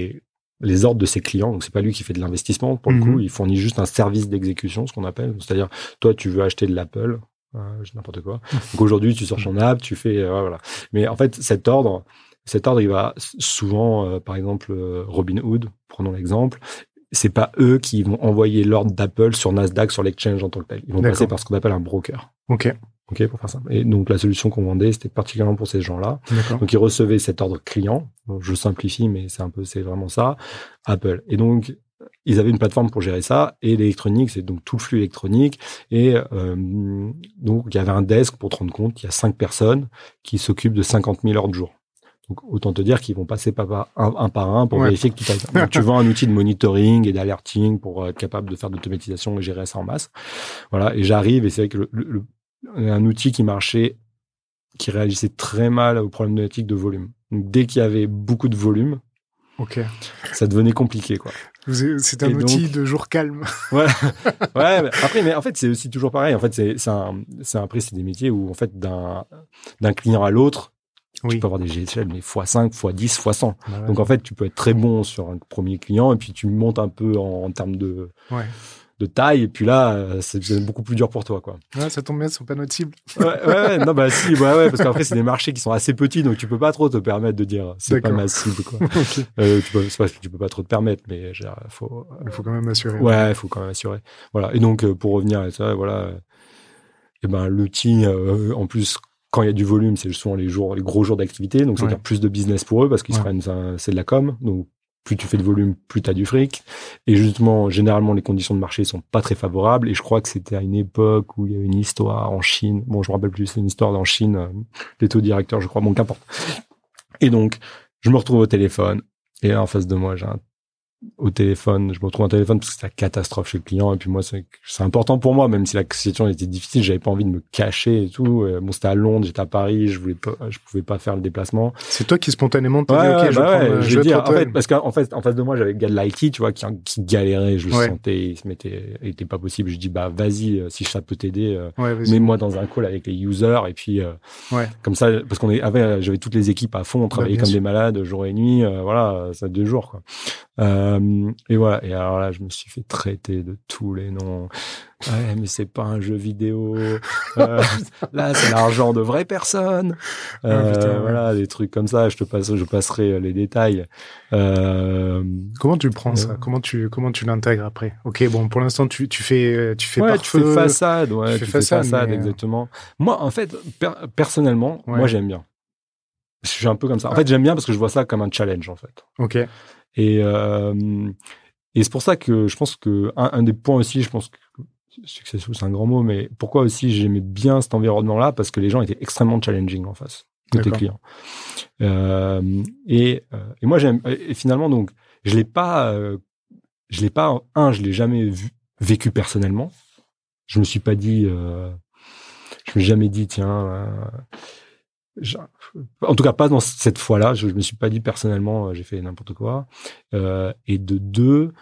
les ordres de ses clients. Donc, c'est pas lui qui fait de l'investissement. Pour le coup, il fournit juste un service d'exécution, ce qu'on appelle. C'est-à-dire, toi, tu veux acheter de l'Apple, n'importe quoi. Donc, aujourd'hui, tu sors ton app, tu fais, voilà. Mais en fait, cet ordre, il va souvent, par exemple, Robinhood, prenons l'exemple. C'est pas eux qui vont envoyer l'ordre d'Apple sur Nasdaq, sur l'exchange en tant que tel. Ils vont passer par ce qu'on appelle un broker. Ok, pour faire simple. Et donc, la solution qu'on vendait, c'était particulièrement pour ces gens-là. Donc, ils recevaient cet ordre client. Donc, je simplifie, mais c'est vraiment ça. Apple. Et donc, ils avaient une plateforme pour gérer ça. Et l'électronique, c'est donc tout le flux électronique. Et donc, il y avait un desk pour te rendre compte qu'il y a 5 personnes qui s'occupent de 50 000 ordres jour. Donc, autant te dire qu'ils vont passer un par un pour vérifier que tout aille. Donc, tu vends un outil de monitoring et d'alerting pour être capable de faire de l'automatisation et gérer ça en masse. Voilà. Et j'arrive et c'est vrai que un outil qui marchait, qui réagissait très mal aux problématiques de volume. Donc, dès qu'il y avait beaucoup de volume, ça devenait compliqué, quoi. C'est un outil de jour calme. Ouais. Après, mais en fait, c'est aussi toujours pareil. En fait, c'est des métiers où, en fait, d'un client à l'autre, tu peux avoir des échelles, mais x5, x10, x100. Ouais. Donc, en fait, tu peux être très bon sur un premier client et puis tu montes un peu en termes de taille. Et puis là, c'est beaucoup plus dur pour toi, quoi. Ouais, ça tombe bien, ce sont pas notre cible. Non, bah si, parce qu'après, c'est des marchés qui sont assez petits, donc tu peux pas trop te permettre de dire c'est pas ma cible, quoi. C'est pas que tu peux pas trop te permettre, mais il faut quand même assurer. Ouais, il faut quand même assurer. Voilà. Et donc, pour revenir à ça, voilà. Et ben, l'outil, en plus, quand il y a du volume, c'est souvent les gros jours d'activité. Donc, c'est-à-dire plus de business pour eux parce qu'ils se prennent c'est de la com. Donc, plus tu fais de volume, plus tu as du fric. Et justement, généralement, les conditions de marché sont pas très favorables. Et je crois que c'était à une époque où il y a une histoire en Chine. Bon, je me rappelle plus, c'est une histoire en Chine, les taux directeurs, je crois. Bon, qu'importe. Et donc, je me retrouve au téléphone. Et là, en face de moi, je me retrouve au téléphone parce que c'est la catastrophe chez le client. Et puis moi, c'est important pour moi, même si la situation était difficile, j'avais pas envie de me cacher et tout. Bon, c'était à Londres, j'étais à Paris, je pouvais pas faire le déplacement. C'est toi qui spontanément t'es dit, je vais dire, en fait, parce qu'en fait, en face de moi, j'avais le gars de l'IT, tu vois, qui galérait, je le sentais, il était pas possible. Je dis, bah, vas-y, si ça peut t'aider, mets-moi dans un call avec les users et puis, comme ça, parce j'avais toutes les équipes à fond, on travaillait comme des malades, jour et nuit, voilà, ça 2 jours, quoi. Et voilà. Et alors là, je me suis fait traiter de tous les noms. Ouais, mais c'est pas un jeu vidéo. Là, c'est l'argent de vraies personnes. Voilà, des trucs comme ça. Je passerai les détails. Comment tu prends ça? Comment tu l'intègres après? Ok, bon, pour l'instant, tu fais façade. Ouais, tu fais façade, exactement. Moi, en fait, personnellement, moi, j'aime bien. Je suis un peu comme ça. En fait, j'aime bien parce que je vois ça comme un challenge, en fait. Ok. Et c'est pour ça que je pense que un des points aussi, je pense que successful, c'est un grand mot, mais pourquoi aussi j'aimais bien cet environnement-là, parce que les gens étaient extrêmement challenging en face de tes clients. Et moi et finalement donc je l'ai jamais vécu personnellement. Je me suis jamais dit tiens. En tout cas, pas dans cette fois-là. Je me suis pas dit personnellement, j'ai fait n'importe quoi. Et de deux,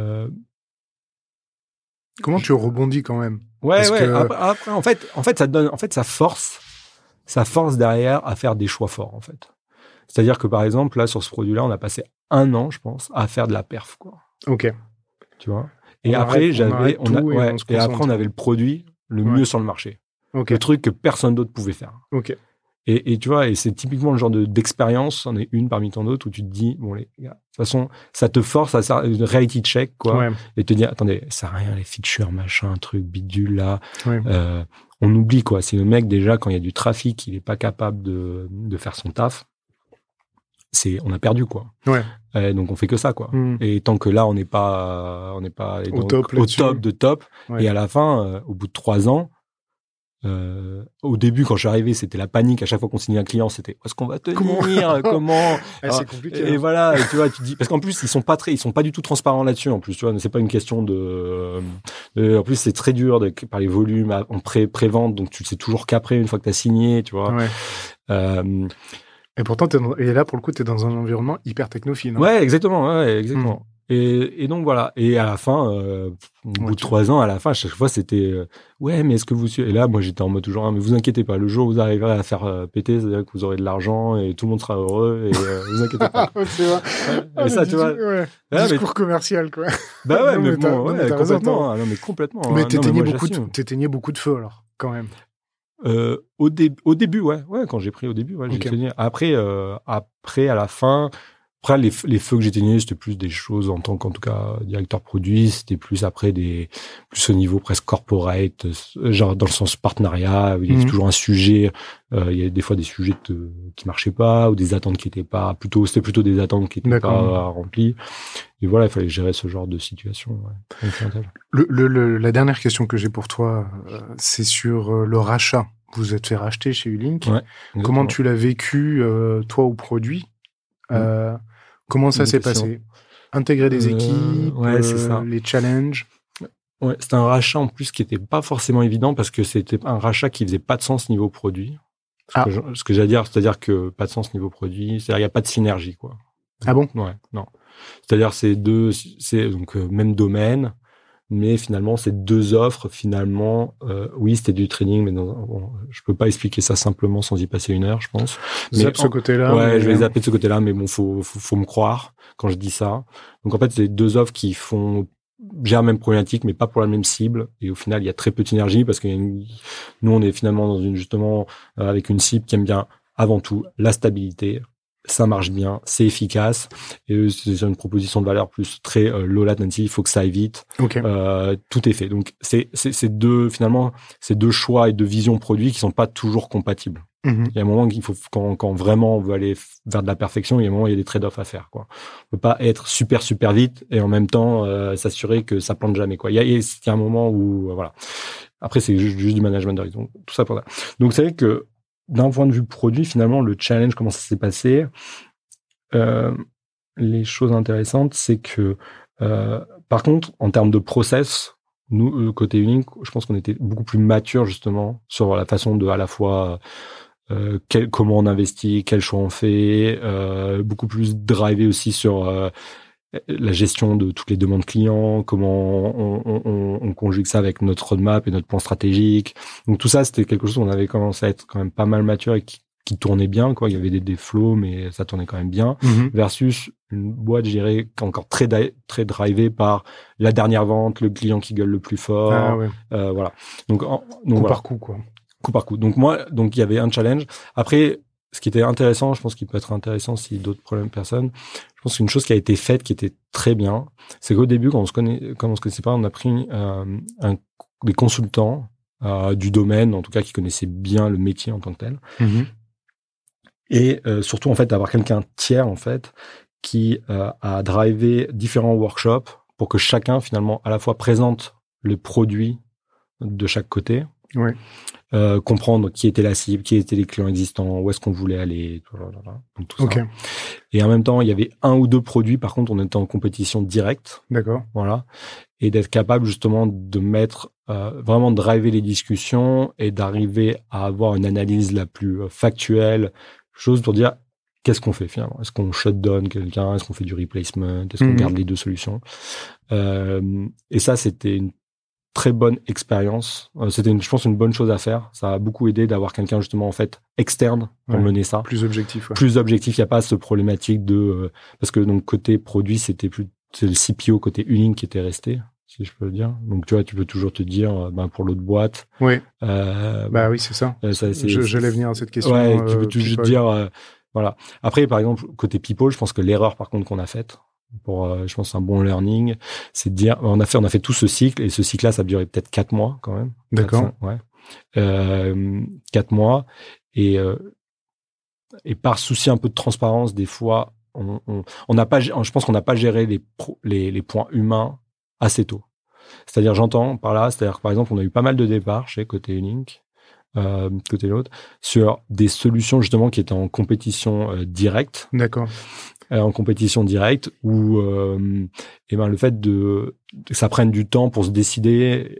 comment tu rebondis quand même? Après, en fait, ça donne, ça force derrière à faire des choix forts, en fait. C'est-à-dire que par exemple, là, sur ce produit-là, on a passé 1 an, je pense, à faire de la perf, quoi. Ok. Tu vois. Et après, on avait le produit le mieux sur le marché. Okay. Le truc que personne d'autre pouvait faire. Ok. Et tu vois, et c'est typiquement le genre d'expérience, c'en est une parmi tant d'autres, où tu te dis, bon, les gars, de toute façon, ça te force à faire une reality check, quoi. Et te dire, attendez, ça sert à rien, les features, machin, truc, bidule, là. On oublie, quoi. C'est le mec, déjà, quand il y a du trafic, il est pas capable de faire son taf. On a perdu, quoi. Donc, on fait que ça, quoi. Et tant que là, on n'est pas au top de top. Et à la fin, au bout de 3 ans, au début, quand je suis arrivé, c'était la panique. À chaque fois qu'on signait un client, c'était est-ce qu'on va tenir, comment c'est compliqué. Et voilà, et tu vois, tu dis parce qu'en plus ils sont pas du tout transparents là-dessus. En plus, tu vois, c'est pas une question en plus, c'est très dur par les volumes en pré-vente, donc tu le sais toujours qu'après, une fois que t'as signé, tu vois. Et pourtant, et là pour le coup, t'es dans un environnement hyper technophile. Ouais, exactement. Et donc voilà. Et à la fin, au bout de 3 ans, à la fin, à chaque fois, c'était ouais, mais est-ce que vous suivez? Et là, moi, j'étais en mode toujours, mais vous inquiétez pas, le jour où vous arriverez à faire péter, c'est-à-dire que vous aurez de l'argent et tout le monde sera heureux. Et vous inquiétez pas. C'est vrai. Et ça, tu vois, discours commercial, quoi. Bah ouais, non, mais bon, ouais, complètement. Hein, non, mais complètement. Mais t'éteignais beaucoup de feu alors, quand même. Au début, ouais, quand j'ai pris au début, ouais, j'ai éteigné. Après, à la fin. Après, les feux que j'éteignais, c'était plus des choses en tant qu'en tout cas directeur produit. C'était plus après plus au niveau presque corporate, genre dans le sens partenariat. Il y avait toujours un sujet. Il y a des fois des sujets qui marchaient pas ou des attentes qui étaient pas. C'était plutôt des attentes qui étaient pas remplies. Et voilà, il fallait gérer ce genre de situation. Ouais, la dernière question que j'ai pour toi, c'est sur le rachat. Vous vous êtes fait racheter chez Ulink. Ouais, comment tu l'as vécu, toi, au produit? Comment ça s'est passé? Intégrer des équipes, c'est ça. Les challenges. Ouais, c'était un rachat en plus qui était pas forcément évident parce que c'était un rachat qui faisait pas de sens niveau produit. Ce que j'allais dire, c'est-à-dire que pas de sens niveau produit, c'est-à-dire il y a pas de synergie, quoi. Ah bon? Ouais, non. C'est-à-dire c'est donc même domaine, mais finalement c'est 2 offres finalement. Oui, c'était du training, mais je peux pas expliquer ça simplement sans y passer 1 heure, je pense. Zappe ce côté-là. Ouais, je vais zapper de ce côté-là, mais bon, faut me croire quand je dis ça. Donc en fait, c'est 2 offres qui gèrent la même problématique, mais pas pour la même cible. Et au final, il y a très peu d'énergie parce que nous, on est finalement justement avec une cible qui aime bien avant tout la stabilité. Ça marche bien, c'est efficace, et c'est une proposition de valeur plus très low latency. Il faut que ça aille vite. Tout est fait. Donc c'est deux choix et 2 visions produits qui sont pas toujours compatibles. Il y a un moment qu'il faut quand vraiment on veut aller vers de la perfection, il y a un moment il y a des trade-offs à faire, quoi. On peut pas être super vite et en même temps s'assurer que ça plante jamais, quoi. Il y a un moment où voilà. Après c'est juste du management de risque. Donc tout ça pour ça. Donc c'est vrai que d'un point de vue produit, finalement, le challenge, comment ça s'est passé, les choses intéressantes, c'est que, par contre, en termes de process, nous, côté Ulink, je pense qu'on était beaucoup plus mature, justement, sur la façon de, à la fois, comment on investit, quel choix on fait, beaucoup plus drivé aussi sur la gestion de toutes les demandes clients, comment on conjugue ça avec notre roadmap et notre plan stratégique. Donc tout ça, c'était quelque chose où on avait commencé à être quand même pas mal mature et qui tournait bien, quoi. Il y avait des flows, mais ça tournait quand même bien. Versus une boîte, je dirais, encore très drivée par la dernière vente, le client qui gueule le plus fort. Voilà. Donc coup par coup, quoi. Coup par coup. Donc il y avait un challenge. Après, ce qui était intéressant, je pense qu'il peut être intéressant si d'autres personnes. Je pense qu'une chose qui a été faite, qui était très bien, c'est qu'au début, quand on se connaissait pas, on a pris des consultants du domaine, en tout cas qui connaissaient bien le métier en tant que tel, et surtout en fait d'avoir quelqu'un tiers en fait qui a drivé différents workshops pour que chacun finalement à la fois présente le produit de chaque côté. Ouais. Comprendre qui était la cible, qui étaient les clients existants, où est-ce qu'on voulait aller, tout ça. Et en même temps, il y avait 1 ou 2 produits, par contre, on était en compétition directe. D'accord. Voilà. Et d'être capable, justement, de mettre, vraiment de driver les discussions et d'arriver à avoir une analyse la plus factuelle, chose pour dire, qu'est-ce qu'on fait finalement? Est-ce qu'on shut down quelqu'un? Est-ce qu'on fait du replacement? Est-ce qu'on garde les 2 solutions? Et ça, c'était une très bonne expérience. C'était, je pense, une bonne chose à faire. Ça a beaucoup aidé d'avoir quelqu'un justement en fait externe pour mener ça. Plus objectif. Ouais. Plus objectif. Il n'y a pas cette problématique de parce que donc côté produit, c'est le CPO côté Ulink qui était resté, si je peux le dire. Donc tu vois, tu peux toujours te dire, pour l'autre boîte. Oui. Oui, c'est ça. J'allais venir à cette question. Ouais, tu peux toujours te dire, voilà. Après, par exemple, côté people, je pense que l'erreur par contre qu'on a faite, je pense un bon learning, c'est de dire on a fait tout ce cycle, et ce cycle-là, ça a duré peut-être 4 mois quand même. D'accord. 4 mois, et par souci un peu de transparence, des fois, on n'a pas, je pense qu'on n'a pas géré les points humains assez tôt. C'est-à-dire, j'entends par là, c'est-à-dire que par exemple, on a eu pas mal de départs chez côté Ulink, côté l'autre, sur des solutions justement qui étaient en compétition directe. D'accord. En compétition directe, où le fait que ça prenne du temps pour se décider,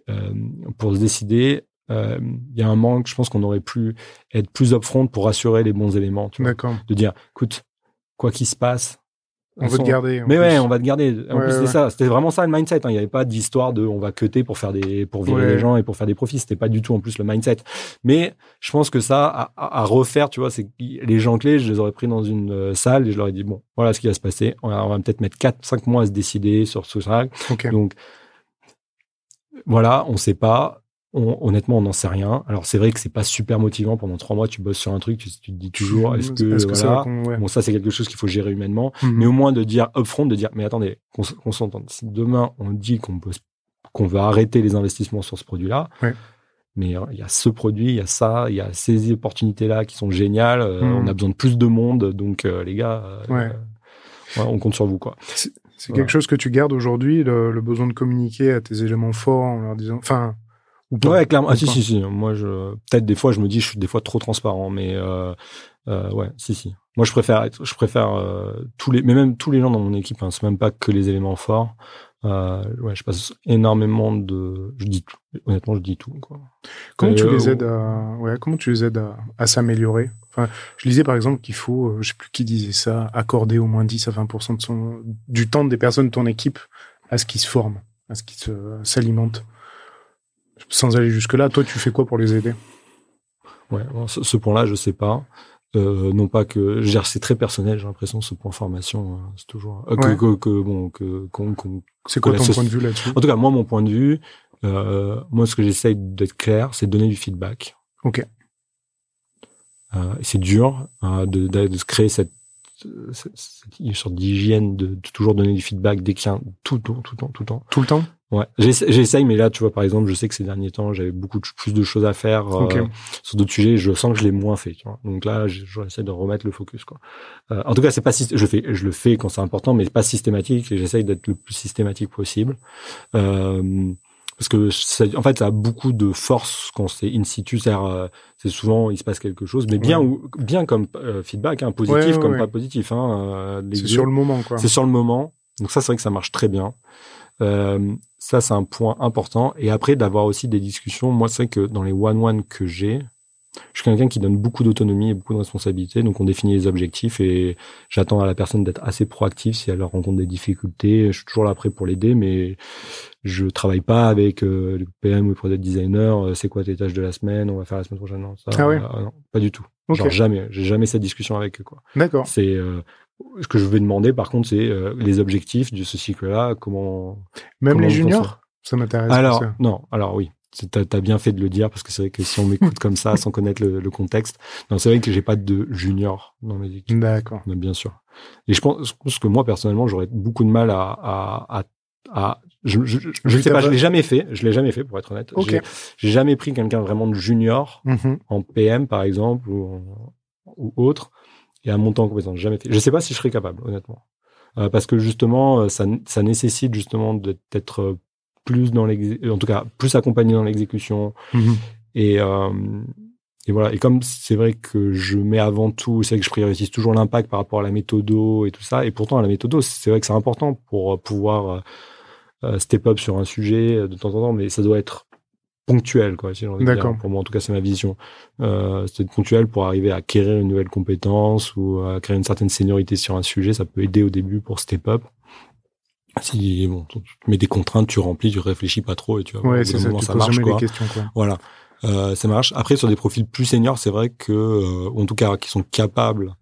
il y a un manque. Je pense qu'on aurait pu être plus upfront pour assurer les bons éléments. Tu vois. D'accord. De dire, écoute, quoi qu'il se passe, On veut te garder. Mais ouais, on va te garder. En plus, c'était ça. C'était vraiment ça le mindset. Il n'y avait pas d'histoire de on va cutter pour virer les gens et pour faire des profits. C'était pas du tout en plus le mindset. Mais je pense que ça, à refaire, tu vois, c'est les gens clés, je les aurais pris dans une salle et je leur ai dit, bon, voilà ce qui va se passer. On va peut-être mettre 4-5 mois à se décider sur ce truc. Okay. Donc, voilà, on sait pas. Honnêtement, on n'en sait rien. Alors, c'est vrai que c'est pas super motivant. Pendant 3 mois, tu bosses sur un truc, tu te dis toujours, est-ce que voilà. Bon, ça, c'est quelque chose qu'il faut gérer humainement. Mais au moins de dire upfront, de dire, mais attendez, qu'on s'entende. Si demain, on dit qu'on veut arrêter les investissements sur ce produit-là, mais il y a ce produit, il y a ça, il y a ces opportunités-là qui sont géniales. On a besoin de plus de monde. Donc, les gars, on compte sur vous, quoi. C'est quelque chose que tu gardes aujourd'hui, le besoin de communiquer à tes éléments forts en leur disant, enfin, ouais, clairement. Ah, si. Moi, peut-être des fois, je me dis, je suis des fois trop transparent, mais ouais, si. Moi, je préfère même tous les gens dans mon équipe. Hein, c'est même pas que les éléments forts. Ouais, je passe énormément je dis tout. Honnêtement, je dis tout, quoi. Comment tu les aides à s'améliorer? Enfin, je lisais par exemple qu'il faut, je sais plus qui disait ça, accorder au moins 10 à 20% du temps des personnes de ton équipe à ce qui se forment, à ce qui s'alimente. Sans aller jusque-là, toi, tu fais quoi pour les aider? Ouais, bon, ce point-là, je sais pas. Non pas que, c'est très personnel, j'ai l'impression, ce point formation, c'est toujours, c'est quoi ton point de vue là-dessus? En tout cas, moi, mon point de vue, moi, ce que j'essaye d'être clair, c'est de donner du feedback. Ok. C'est dur, de se créer cette sorte d'hygiène de toujours donner du feedback dès qu'il y a tout le temps. Tout le temps? Ouais, j'essaye, mais là, tu vois, par exemple, je sais que ces derniers temps, j'avais plus de choses à faire sur d'autres sujets. Je sens que je l'ai moins fait, tu vois. Donc là, j'essaie de remettre le focus, quoi. En tout cas, c'est pas je le fais quand c'est important, mais pas systématique. Et j'essaye d'être le plus systématique possible. Parce que ça a beaucoup de force quand c'est in situ, c'est souvent il se passe quelque chose, mais bien comme feedback, hein, positif comme pas positif. Hein, c'est sur le moment, quoi. C'est sur le moment. Donc ça, c'est vrai que ça marche très bien. Ça, c'est un point important. Et après, d'avoir aussi des discussions. Moi, c'est vrai que dans les one-one que je suis quelqu'un qui donne beaucoup d'autonomie et beaucoup de responsabilité. Donc, on définit les objectifs et j'attends à la personne d'être assez proactive si elle rencontre des difficultés. Je suis toujours là prêt pour l'aider, mais je travaille pas avec le PM ou le product designer. C'est quoi tes tâches de la semaine? On va faire la semaine prochaine. Non, ça, non, pas du tout. Okay. Genre jamais. J'ai jamais cette discussion avec eux, quoi. D'accord. C'est ce que je vais demander, par contre, c'est les objectifs de ce cycle-là. Même les juniors, ça m'intéresse. Alors oui. T'as bien fait de le dire, parce que c'est vrai que si on m'écoute comme ça, sans connaître le contexte, non, c'est vrai que j'ai pas de junior dans mes équipes. D'accord. Mais bien sûr. Et je pense que moi, personnellement, j'aurais beaucoup de mal je sais pas, je l'ai jamais fait, pour être honnête. Okay. J'ai jamais pris quelqu'un vraiment de junior en PM, par exemple, ou autre, et à monter en compétence. Jamais fait. Je sais pas si je serais capable, honnêtement. Parce que justement, ça nécessite justement d'être plus en tout cas, plus accompagné dans l'exécution. Et voilà. Et comme c'est vrai que je mets avant tout, c'est vrai que je priorise toujours l'impact par rapport à la méthodo et tout ça. Et pourtant, à la méthodo, c'est vrai que c'est important pour pouvoir step up sur un sujet de temps en temps, mais ça doit être ponctuel, quoi, si j'ai envie de dire. Pour moi, en tout cas, c'est ma vision. C'est ponctuel pour arriver à acquérir une nouvelle compétence ou à créer une certaine seniorité sur un sujet. Ça peut aider au début pour step up. Si tu mets des contraintes, tu remplis, tu réfléchis pas trop et tu vois. Ouais, c'est ça. Tu poses jamais des questions, quoi. Voilà, ça marche. Après, sur des profils plus seniors, c'est vrai que, en tout cas, qui sont capables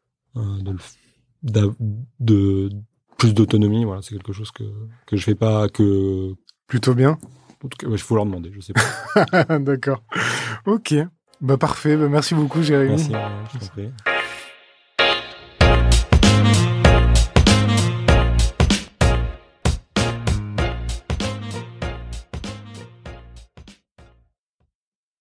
de plus d'autonomie. Voilà, c'est quelque chose que je fais pas que plutôt bien. En tout cas, il faut leur demander. Je sais pas. D'accord. Ok. Bah parfait. Bah, merci beaucoup, Jérémy. Merci. Je t'en prie.